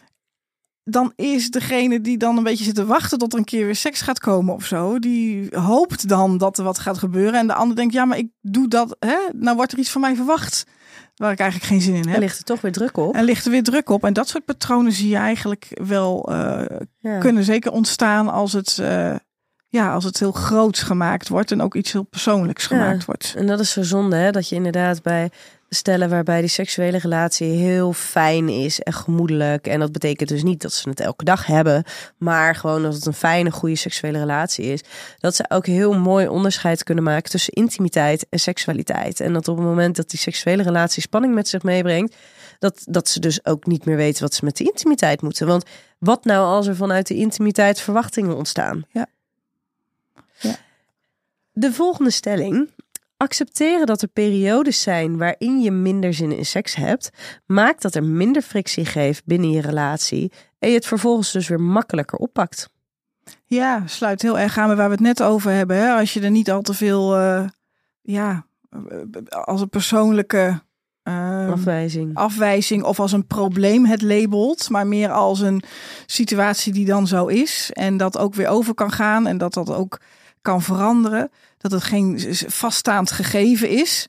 dan is degene die dan een beetje zit te wachten tot er een keer weer seks gaat komen of zo, die hoopt dan dat er wat gaat gebeuren. En de ander denkt, ja, maar ik doe dat, hè? Nou wordt er iets van mij verwacht waar ik eigenlijk geen zin in heb. En ligt er toch weer druk op. En ligt er weer druk op. En dat soort patronen zie je eigenlijk wel uh, ja. kunnen zeker ontstaan als het, uh, ja, als het heel groots gemaakt wordt en ook iets heel persoonlijks gemaakt ja. wordt. En dat is zo zonde, hè? Dat je inderdaad bij stellen waarbij die seksuele relatie heel fijn is en gemoedelijk. En dat betekent dus niet dat ze het elke dag hebben, maar gewoon dat het een fijne, goede seksuele relatie is. Dat ze ook heel mooi onderscheid kunnen maken tussen intimiteit en seksualiteit. En dat op het moment dat die seksuele relatie spanning met zich meebrengt, dat, dat ze dus ook niet meer weten wat ze met de intimiteit moeten. Want wat nou als er vanuit de intimiteit verwachtingen ontstaan? Ja. Ja. De volgende stelling: accepteren dat er periodes zijn waarin je minder zin in seks hebt, maakt dat er minder frictie geeft binnen je relatie En je het vervolgens dus weer makkelijker oppakt. Ja, sluit heel erg aan bij waar we het net over hebben. Hè? Als je er niet al te veel, uh, ja, als een persoonlijke uh, afwijzing. afwijzing of als een probleem het labelt, maar meer als een situatie die dan zo is en dat ook weer over kan gaan en dat dat ook kan veranderen, dat het geen vaststaand gegeven is,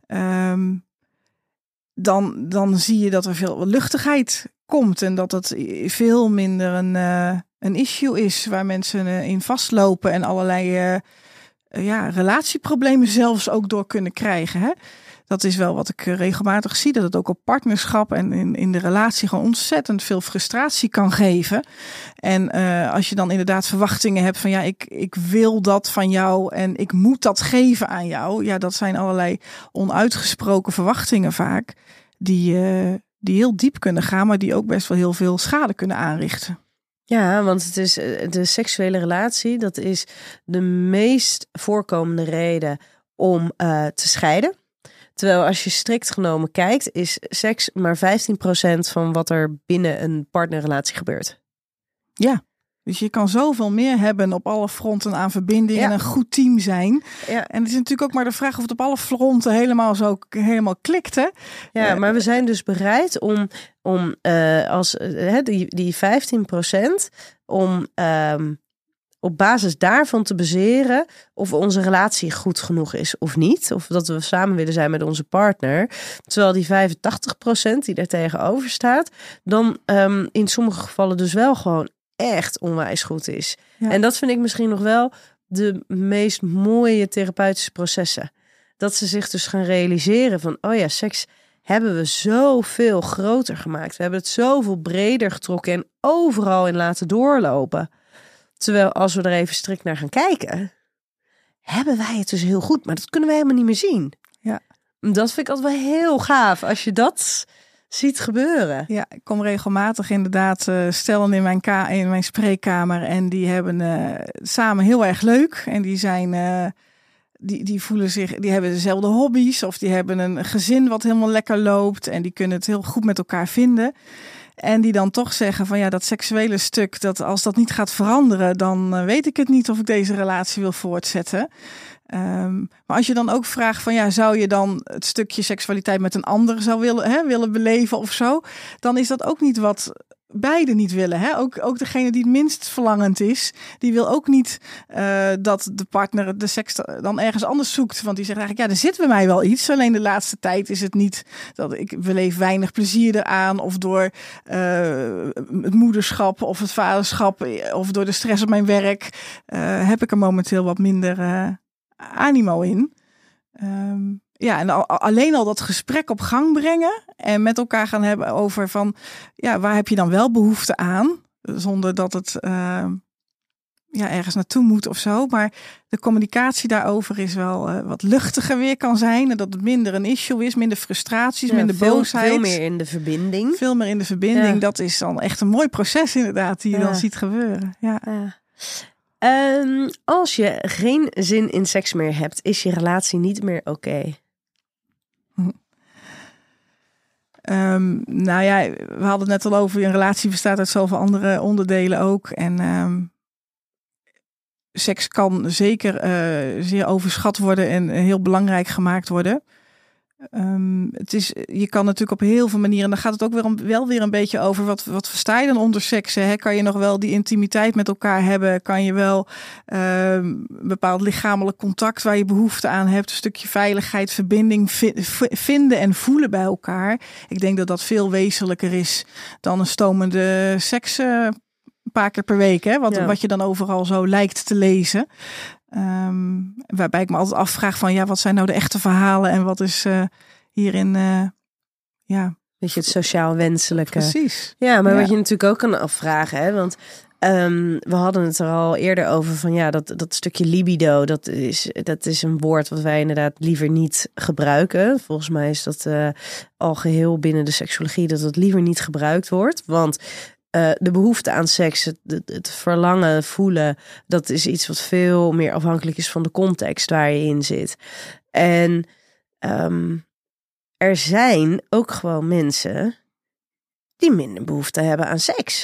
um, dan, dan zie je dat er veel luchtigheid komt en dat het veel minder een, uh, een issue is waar mensen uh, in vastlopen en allerlei uh, uh, ja, relatieproblemen zelfs ook door kunnen krijgen. Hè? Dat is wel wat ik regelmatig zie, dat het ook op partnerschap en in, in de relatie gewoon ontzettend veel frustratie kan geven. En uh, als je dan inderdaad verwachtingen hebt van ja, ik, ik wil dat van jou en ik moet dat geven aan jou. Ja, dat zijn allerlei onuitgesproken verwachtingen vaak, die, uh, die heel diep kunnen gaan, maar die ook best wel heel veel schade kunnen aanrichten. Ja, want het is de seksuele relatie, dat is de meest voorkomende reden om uh, te scheiden. Terwijl als je strikt genomen kijkt, is seks maar vijftien procent van wat er binnen een partnerrelatie gebeurt. Ja, dus je kan zoveel meer hebben op alle fronten aan verbinding ja. en een goed team zijn. Ja. En het is natuurlijk ook maar de vraag of het op alle fronten helemaal zo helemaal klikt. Hè? Ja, maar we zijn dus bereid om, om uh, als uh, die, die vijftien procent om um, op basis daarvan te baseren of onze relatie goed genoeg is of niet. Of dat we samen willen zijn met onze partner. Terwijl die vijfentachtig procent die daar tegenover staat, dan um, in sommige gevallen dus wel gewoon echt onwijs goed is. Ja. En dat vind ik misschien nog wel de meest mooie therapeutische processen. Dat ze zich dus gaan realiseren van, oh ja, seks hebben we zoveel groter gemaakt. We hebben het zoveel breder getrokken en overal in laten doorlopen. Terwijl als we er even strikt naar gaan kijken, hebben wij het dus heel goed. Maar dat kunnen we helemaal niet meer zien. Ja. Dat vind ik altijd wel heel gaaf als je dat ziet gebeuren. Ja, ik kom regelmatig inderdaad uh, stellen in mijn, ka- in mijn spreekkamer. En die hebben uh, samen heel erg leuk. En die zijn... Uh, Die, die voelen zich, die hebben dezelfde hobby's of die hebben een gezin wat helemaal lekker loopt en die kunnen het heel goed met elkaar vinden. En die dan toch zeggen van ja, dat seksuele stuk, dat als dat niet gaat veranderen, dan weet ik het niet of ik deze relatie wil voortzetten. Um, maar als je dan ook vraagt van ja, zou je dan het stukje seksualiteit met een ander zou willen, hè, willen beleven of zo, dan is dat ook niet wat beide niet willen. Hè? Ook, ook degene die het minst verlangend is, die wil ook niet uh, dat de partner de seks dan ergens anders zoekt. Want die zegt eigenlijk, ja, er zit bij mij wel iets. Alleen de laatste tijd is het niet dat ik beleef weinig plezier eraan. Of door uh, het moederschap of het vaderschap of door de stress op mijn werk uh, heb ik er momenteel wat minder uh, animo in. Um, Ja, en al, alleen al dat gesprek op gang brengen en met elkaar gaan hebben over van, ja, waar heb je dan wel behoefte aan? Zonder dat het uh, ja, ergens naartoe moet of zo. Maar de communicatie daarover is wel uh, wat luchtiger weer kan zijn. En dat het minder een issue is, minder frustraties, ja, minder veel, boosheid. Veel meer in de verbinding. Veel meer in de verbinding. Ja. Dat is dan echt een mooi proces inderdaad, die je ja. dan ziet gebeuren. Ja. Ja. Um, als je geen zin in seks meer hebt, is je relatie niet meer oké? Okay? Um, nou ja, we hadden het net al over, een relatie bestaat uit zoveel andere onderdelen ook. En um, seks kan zeker uh, zeer overschat worden en heel belangrijk gemaakt worden. Um, het is, je kan natuurlijk op heel veel manieren, dan gaat het ook weer om, wel weer een beetje over wat, wat versta je dan onder seks? Hè? Kan je nog wel die intimiteit met elkaar hebben? Kan je wel uh, een bepaald lichamelijk contact waar je behoefte aan hebt? Een stukje veiligheid, verbinding vi- vinden en voelen bij elkaar. Ik denk dat dat veel wezenlijker is dan een stomende seks uh, een paar keer per week. Hè? Wat, ja. wat je dan overal zo lijkt te lezen. Um, waarbij ik me altijd afvraag van ja, wat zijn nou de echte verhalen en wat is uh, hierin uh, ja. Weet je, het sociaal wenselijke. Precies. Ja, maar ja. wat je natuurlijk ook kan afvragen, hè, want um, we hadden het er al eerder over van ja, dat, dat stukje libido, dat is, dat is een woord wat wij inderdaad liever niet gebruiken. Volgens mij is dat uh, al geheel binnen de seksologie dat het liever niet gebruikt wordt, want Uh, de behoefte aan seks, het, het verlangen, voelen, dat is iets wat veel meer afhankelijk is van de context waar je in zit. En um, er zijn ook gewoon mensen die minder behoefte hebben aan seks.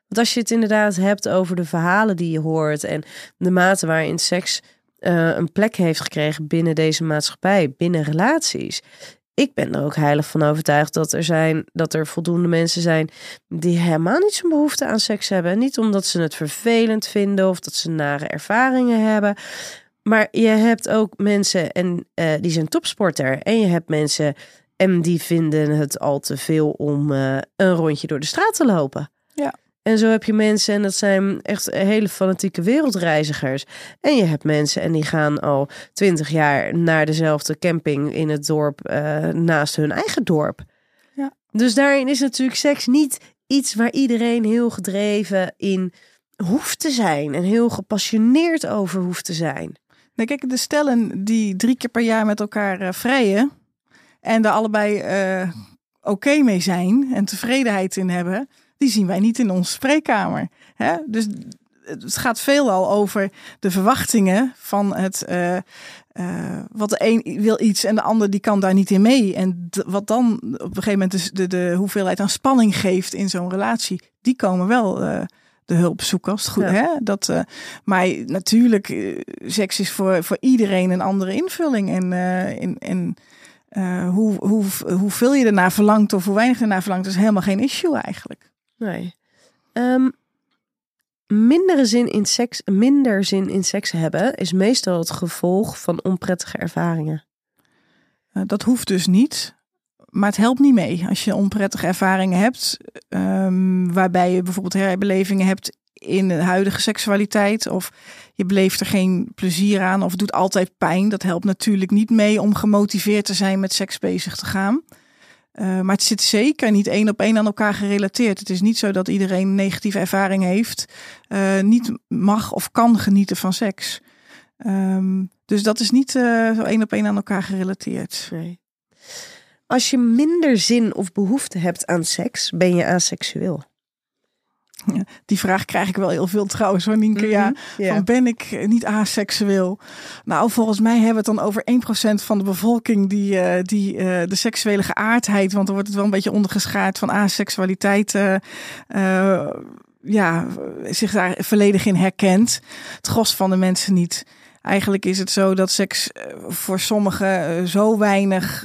Want als je het inderdaad hebt over de verhalen die je hoort en de mate waarin seks uh, een plek heeft gekregen binnen deze maatschappij, binnen relaties. Ik ben er ook heilig van overtuigd dat er zijn, dat er voldoende mensen zijn die helemaal niet zo'n behoefte aan seks hebben. Niet omdat ze het vervelend vinden of dat ze nare ervaringen hebben. Maar je hebt ook mensen en uh, die zijn topsporter. En je hebt mensen en die vinden het al te veel om uh, een rondje door de straat te lopen. Ja. En zo heb je mensen en dat zijn echt hele fanatieke wereldreizigers. En je hebt mensen en die gaan al twintig jaar naar dezelfde camping in het dorp uh, naast hun eigen dorp. Ja. Dus daarin is natuurlijk seks niet iets waar iedereen heel gedreven in hoeft te zijn. En heel gepassioneerd over hoeft te zijn. Nee, kijk, de stellen die drie keer per jaar met elkaar uh, vrijen en daar allebei uh, oké okay mee zijn en tevredenheid in hebben, die zien wij niet in onze spreekkamer. Hè? Dus het gaat veelal over de verwachtingen van het uh, uh, wat de een wil iets en de ander die kan daar niet in mee. En d- wat dan op een gegeven moment de, de, de hoeveelheid aan spanning geeft in zo'n relatie, die komen wel uh, de hulp zoeken als het goed. Ja. Hè? Dat, uh, maar natuurlijk, uh, seks is voor, voor iedereen een andere invulling. En, uh, in, in, uh, hoe, hoe, hoeveel je ernaar verlangt of hoe weinig je ernaar verlangt, is helemaal geen issue eigenlijk. Nee. Um, minder zin in seks, minder zin in seks hebben is meestal het gevolg van onprettige ervaringen. Uh, dat hoeft dus niet. Maar het helpt niet mee als je onprettige ervaringen hebt. Um, waarbij je bijvoorbeeld herbelevingen hebt in de huidige seksualiteit. Of je beleeft er geen plezier aan. Of het doet altijd pijn. Dat helpt natuurlijk niet mee om gemotiveerd te zijn met seks bezig te gaan. Uh, maar het zit zeker niet één op één aan elkaar gerelateerd. Het is niet zo dat iedereen een negatieve ervaring heeft. Uh, niet mag of kan genieten van seks. Um, dus dat is niet uh, zo één op één aan elkaar gerelateerd. Nee. Als je minder zin of behoefte hebt aan seks, ben je aseksueel. Ja, die vraag krijg ik wel heel veel trouwens hoor, Nienke. Ja, mm-hmm. yeah. Van ben ik niet aseksueel? Nou, volgens mij hebben we het dan over één procent van de bevolking die, uh, die uh, de seksuele geaardheid, want dan wordt het wel een beetje ondergeschaard van aseksualiteit, uh, uh, ja, zich daar volledig in herkent. Het gros van de mensen niet. Eigenlijk is het zo dat seks voor sommigen uh, zo weinig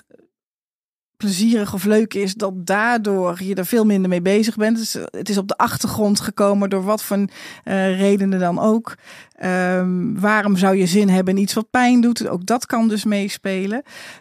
plezierig of leuk is, dat daardoor je er veel minder mee bezig bent. Dus het is op de achtergrond gekomen door wat voor uh, redenen dan ook. Um, waarom zou je zin hebben in iets wat pijn doet? Ook dat kan dus meespelen.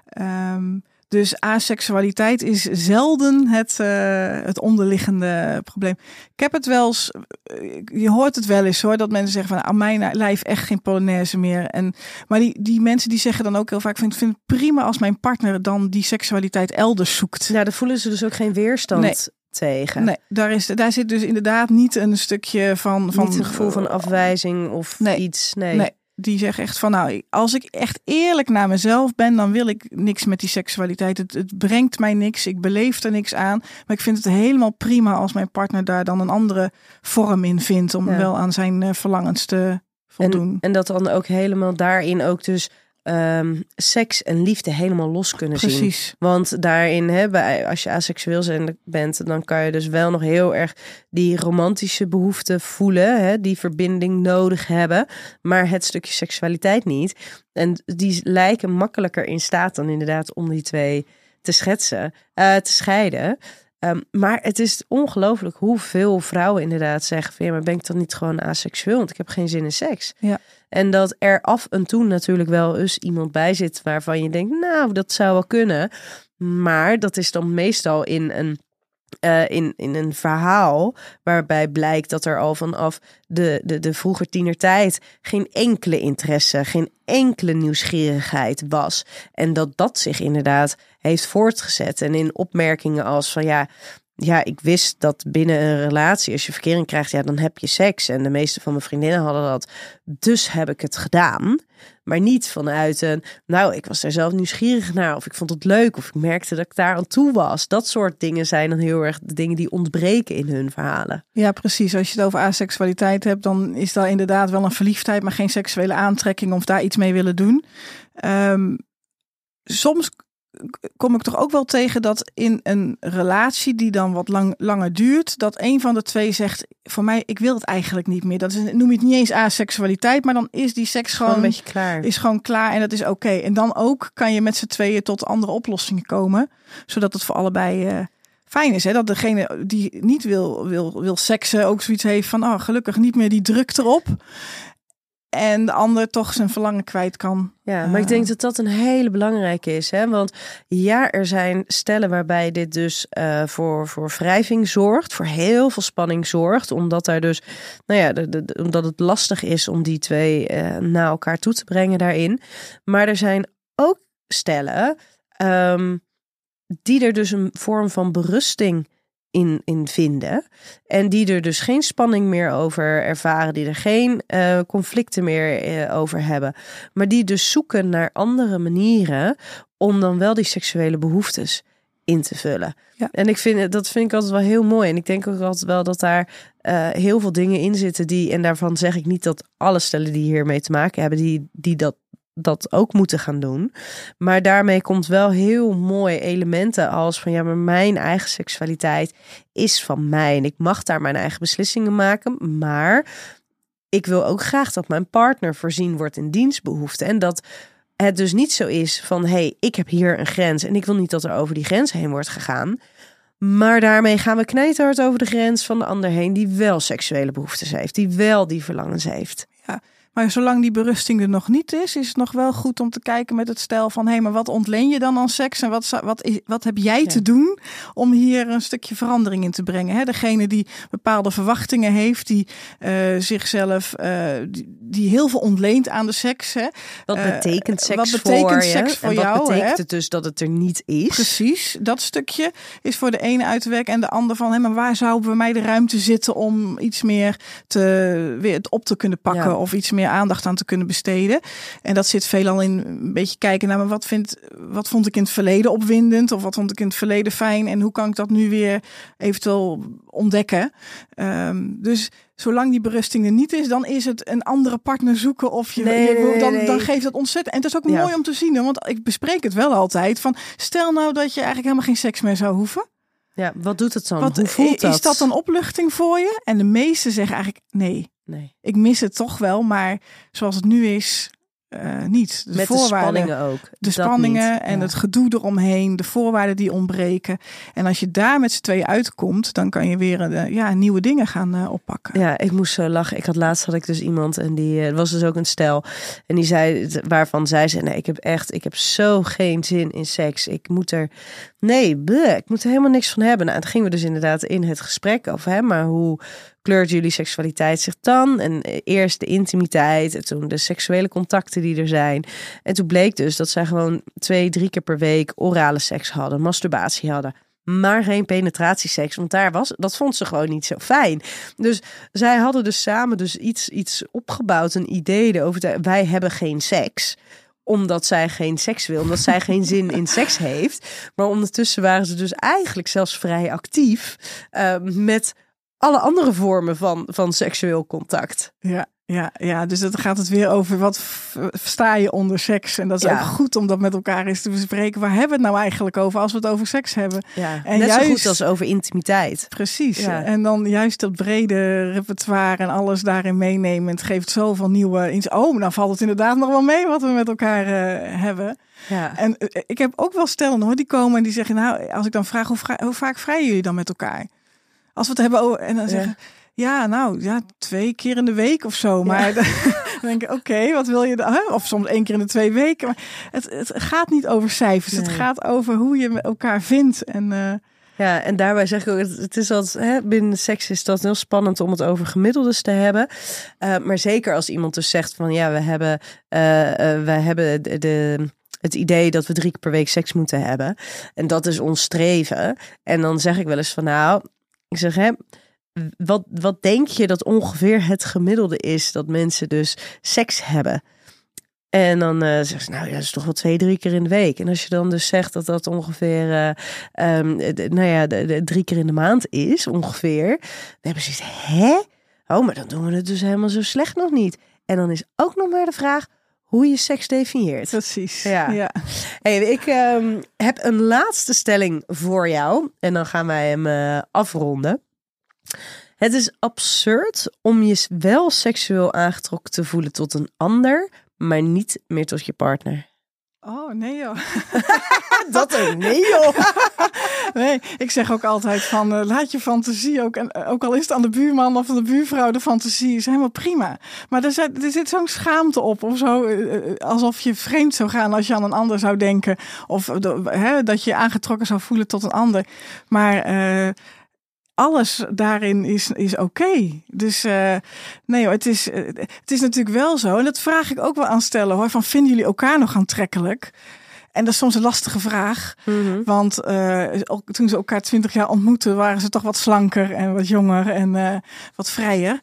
Um, dus aseksualiteit is zelden het, uh, het onderliggende probleem. Ik heb het wel eens, je hoort het wel eens hoor, dat mensen zeggen van aan mijn lijf echt geen Polonaise meer. En, maar die, die mensen die zeggen dan ook heel vaak, ik vind, vind het prima als mijn partner dan die seksualiteit elders zoekt. Ja, daar voelen ze dus ook geen weerstand nee. tegen. Nee, daar, is, daar zit dus inderdaad niet een stukje van... van niet een gevoel van afwijzing of nee, iets. Nee. nee. Die zeggen echt van, nou, als ik echt eerlijk naar mezelf ben, dan wil ik niks met die seksualiteit. Het, het brengt mij niks, ik beleef er niks aan. Maar ik vind het helemaal prima als mijn partner daar dan een andere vorm in vindt om ja. wel aan zijn uh, verlangens te voldoen. En, en dat dan ook helemaal daarin ook dus um, seks en liefde helemaal los kunnen Precies. zien. Precies. Want daarin, hè, bij, als je aseksueel bent, dan kan je dus wel nog heel erg die romantische behoeften voelen, hè, die verbinding nodig hebben, maar het stukje seksualiteit niet. En die lijken makkelijker in staat dan inderdaad om die twee te schetsen, uh, te scheiden. Um, maar het is ongelooflijk hoeveel vrouwen inderdaad zeggen van ja, maar ben ik dan niet gewoon aseksueel? Want ik heb geen zin in seks. Ja. En dat er af en toe natuurlijk wel eens iemand bij zit waarvan je denkt, nou, dat zou wel kunnen. Maar dat is dan meestal in een, uh, in, in een verhaal waarbij blijkt dat er al vanaf de, de, de vroeger tienertijd geen enkele interesse, geen enkele nieuwsgierigheid was. En dat dat zich inderdaad heeft voortgezet. En in opmerkingen als van ja, ja, ik wist dat binnen een relatie, als je verkering krijgt, ja, dan heb je seks. En de meeste van mijn vriendinnen hadden dat. Dus heb ik het gedaan. Maar niet vanuit een, nou, ik was daar zelf nieuwsgierig naar. Of ik vond het leuk. Of ik merkte dat ik daar aan toe was. Dat soort dingen zijn dan heel erg de dingen die ontbreken in hun verhalen. Ja, precies. Als je het over aseksualiteit hebt, dan is dat inderdaad wel een verliefdheid, maar geen seksuele aantrekking of daar iets mee willen doen. Um, soms kom ik toch ook wel tegen dat in een relatie die dan wat lang, langer duurt, dat een van de twee zegt, voor mij, ik wil het eigenlijk niet meer. Dat is, noem je het niet eens aseksualiteit, maar dan is die seks gewoon, gewoon een beetje klaar. Is gewoon klaar en dat is oké. Okay. En dan ook kan je met z'n tweeën tot andere oplossingen komen, zodat het voor allebei uh, fijn is. Hè? Dat degene die niet wil, wil, wil seksen ook zoiets heeft van, oh, gelukkig niet meer die druk erop. En de ander toch zijn verlangen kwijt kan. Ja, maar uh, ik denk dat dat een hele belangrijke is. Hè? Want ja, er zijn stellen waarbij dit dus uh, voor, voor wrijving zorgt. Voor heel veel spanning zorgt. Omdat daar dus, nou ja, de, de, omdat het lastig is om die twee uh, naar elkaar toe te brengen daarin. Maar er zijn ook stellen um, die er dus een vorm van berusting In, in vinden. En die er dus geen spanning meer over ervaren. Die er geen uh, conflicten meer uh, over hebben. Maar die dus zoeken naar andere manieren om dan wel die seksuele behoeftes in te vullen. Ja. En ik vind, dat vind ik altijd wel heel mooi. En ik denk ook altijd wel dat daar uh, heel veel dingen in zitten die, en daarvan zeg ik niet dat alle stellen die hiermee te maken hebben, die, die dat dat ook moeten gaan doen. Maar daarmee komt wel heel mooi elementen als van ja, maar mijn eigen seksualiteit is van mij en ik mag daar mijn eigen beslissingen maken, maar ik wil ook graag dat mijn partner voorzien wordt in dienstbehoeften en dat het dus niet zo is van hey, ik heb hier een grens en ik wil niet dat er over die grens heen wordt gegaan. Maar daarmee gaan we knijterhard over de grens van de ander heen die wel seksuele behoeftes heeft, die wel die verlangens heeft. Ja. Maar zolang die berusting er nog niet is, is het nog wel goed om te kijken met het stel van, hé, hey, maar wat ontleen je dan aan seks en wat, wat, is, wat heb jij ja. te doen om hier een stukje verandering in te brengen? Hè? Degene die bepaalde verwachtingen heeft, die uh, zichzelf, uh, die, die heel veel ontleent aan de seks. Hè? Wat betekent seks uh, wat betekent voor seks je? voor en jou? Wat betekent hè? het dus dat het er niet is? Precies, dat stukje is voor de ene uit te werken en de ander van, hé, maar waar zou bij mij de ruimte zitten om iets meer te, weer het op te kunnen pakken ja. of iets meer aandacht aan te kunnen besteden. En dat zit veelal in een beetje kijken naar, maar wat, vind, wat vond ik in het verleden opwindend of wat vond ik in het verleden fijn en hoe kan ik dat nu weer eventueel ontdekken. Um, dus zolang die berusting er niet is, dan is het een andere partner zoeken of je, nee, je nee, dan, nee. dan geeft dat ontzettend. En het is ook ja. mooi om te zien, want ik bespreek het wel altijd van, stel nou dat je eigenlijk helemaal geen seks meer zou hoeven. Ja, wat doet het dan? Wat, Hoe voelt dat? Is dat dan opluchting voor je? En de meesten zeggen eigenlijk nee. Nee. Ik mis het toch wel, maar zoals het nu is, uh, niet. De Met de spanningen ook. De dat spanningen niet. en ja. het gedoe eromheen, de voorwaarden die ontbreken. En als je daar met z'n tweeën uitkomt, dan kan je weer uh, ja, nieuwe dingen gaan uh, oppakken. Ja, ik moest zo lachen. Ik had laatst had ik dus iemand en die uh, was dus ook een stel. En die zei, waarvan zij zei, nee, ik heb echt, ik heb zo geen zin in seks. Ik moet er, nee, bleh, ik moet er helemaal niks van hebben. Nou, toen gingen we dus inderdaad in het gesprek over, hè, maar hoe kleurt jullie seksualiteit zich dan? En eerst de intimiteit en toen de seksuele contacten die er zijn. En toen bleek dus dat zij gewoon twee, drie keer per week orale seks hadden, masturbatie hadden. Maar geen penetratieseks, want daar was, dat vond ze gewoon niet zo fijn. Dus zij hadden dus samen dus iets, iets opgebouwd, een idee over te, wij hebben geen seks. Omdat zij geen seks wil, omdat zij geen zin in seks heeft. Maar ondertussen waren ze dus eigenlijk zelfs vrij actief uh, met alle andere vormen van, van seksueel contact. Ja, ja, ja, dus dan gaat het weer over wat versta je onder seks. En dat is ja. ook goed om dat met elkaar eens te bespreken. Waar hebben we het nou eigenlijk over als we het over seks hebben? Ja, en net juist, zo goed als over intimiteit. Precies. Ja. En dan juist dat brede repertoire en alles daarin meenemen. Het geeft zoveel nieuwe... Oh, dan valt het inderdaad nog wel mee wat we met elkaar uh, hebben. Ja. En uh, ik heb ook wel stellen hoor, die komen en die zeggen... Nou, als ik dan vraag, hoe, vra- hoe vaak vrijen jullie dan met elkaar? Als we het hebben over... En dan zeggen... Ja. Ja, nou, ja, twee keer in de week of zo. Maar ja. dan denk ik, oké, okay, wat wil je dan? Of soms één keer in de twee weken. Maar het, het gaat niet over cijfers. Nee. Het gaat over hoe je elkaar vindt. En, uh... Ja, en daarbij zeg ik ook, het is altijd, hè, binnen seks is dat heel spannend om het over gemiddeldes te hebben. Uh, maar zeker als iemand dus zegt van, ja, we hebben, uh, uh, we hebben de... de het idee dat we drie keer per week seks moeten hebben. En dat is ons streven. En dan zeg ik wel eens van, nou, ik zeg, hè, Wat, wat denk je dat ongeveer het gemiddelde is dat mensen dus seks hebben? En dan uh, zeggen ze, nou ja, dat is toch wel twee, drie keer in de week. En als je dan dus zegt dat dat ongeveer, uh, um, de, nou ja, de, de, drie keer in de maand is, ongeveer. Dan hebben ze zoiets, hè? Oh, maar dan doen we het dus helemaal zo slecht nog niet. En dan is ook nog maar de vraag, hoe je seks definieert. Precies. Ja. ja. Hey, ik um, heb een laatste stelling voor jou. En dan gaan wij hem uh, afronden. Het is absurd om je wel seksueel aangetrokken te voelen tot een ander, maar niet meer tot je partner. Oh, nee joh. Dat ook, nee joh. Nee, ik zeg ook altijd van uh, laat je fantasie ook, en uh, ook al is het aan de buurman of aan de buurvrouw, de fantasie is helemaal prima. Maar er zit, er zit zo'n schaamte op of zo, uh, alsof je vreemd zou gaan als je aan een ander zou denken. Of uh, hè, dat je je aangetrokken zou voelen tot een ander. Maar uh, alles daarin is, is oké. Okay. Dus uh, nee hoor, het is, uh, het is natuurlijk wel zo. En dat vraag ik ook wel aan stellen hoor. Van vinden jullie elkaar nog aantrekkelijk? En dat is soms een lastige vraag. Mm-hmm. Want uh, toen ze elkaar twintig jaar ontmoetten, waren ze toch wat slanker en wat jonger en uh, wat vrijer.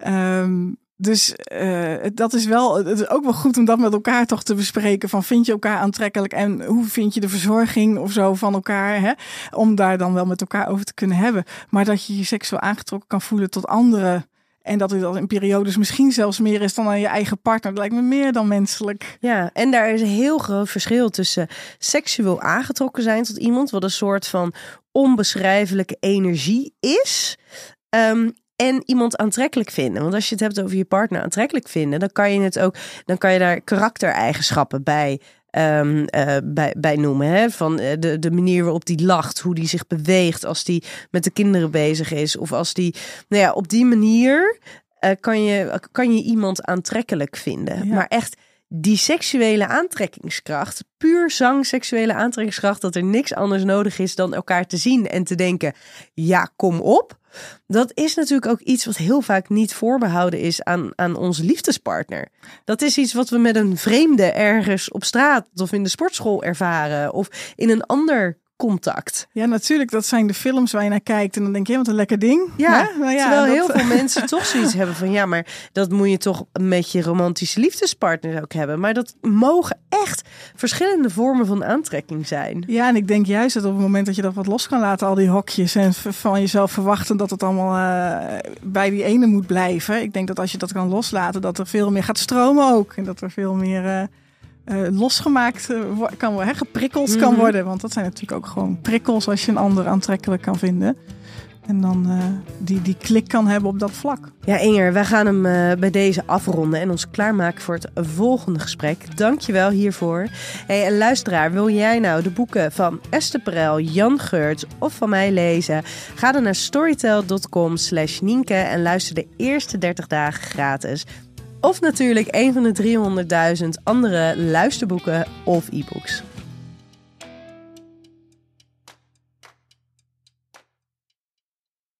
Um, Dus uh, dat is wel, het is ook wel goed om dat met elkaar toch te bespreken. Van vind je elkaar aantrekkelijk en hoe vind je de verzorging of zo van elkaar? Hè? Om daar dan wel met elkaar over te kunnen hebben. Maar dat je je seksueel aangetrokken kan voelen tot anderen. En dat het dan in periodes misschien zelfs meer is dan aan je eigen partner. Dat lijkt me meer dan menselijk. Ja, en daar is een heel groot verschil tussen seksueel aangetrokken zijn tot iemand, wat een soort van onbeschrijfelijke energie is. Um, En iemand aantrekkelijk vinden. Want als je het hebt over je partner aantrekkelijk vinden, dan kan je het ook, dan kan je daar karaktereigenschappen bij, um, uh, bij, bij noemen. Hè? Van uh, de, de manier waarop die lacht, hoe die zich beweegt als die met de kinderen bezig is. Of als die, nou ja, op die manier uh, kan je, kan je iemand aantrekkelijk vinden. Ja. Maar echt die seksuele aantrekkingskracht, puur zang seksuele aantrekkingskracht, dat er niks anders nodig is dan elkaar te zien en te denken, ja, kom op. Dat is natuurlijk ook iets wat heel vaak niet voorbehouden is aan, aan onze liefdespartner. Dat is iets wat we met een vreemde ergens op straat of in de sportschool ervaren of in een ander contact. Ja, natuurlijk. Dat zijn de films waar je naar kijkt en dan denk je, wat een lekker ding. Ja, nou ja terwijl dat... heel veel mensen toch zoiets hebben van ja, maar dat moet je toch met je romantische liefdespartner ook hebben. Maar dat mogen echt verschillende vormen van aantrekking zijn. Ja, en ik denk juist dat op het moment dat je dat wat los kan laten, al die hokjes en van jezelf verwachten dat het allemaal uh, bij die ene moet blijven. Ik denk dat als je dat kan loslaten, dat er veel meer gaat stromen ook. En dat er veel meer Uh, Uh, losgemaakt uh, kan worden, geprikkeld mm-hmm. kan worden. Want dat zijn natuurlijk ook gewoon prikkels als je een ander aantrekkelijk kan vinden. En dan uh, die, die klik kan hebben op dat vlak. Ja, Inger, wij gaan hem uh, bij deze afronden en ons klaarmaken voor het volgende gesprek. Dankjewel hiervoor. Hey, en luisteraar, wil jij nou de boeken van Esther Perel, Jan Geurts of van mij lezen? Ga dan naar storytel.com slash Nienke en luister de eerste dertig dagen gratis. Of natuurlijk een van de driehonderdduizend andere luisterboeken of e-books.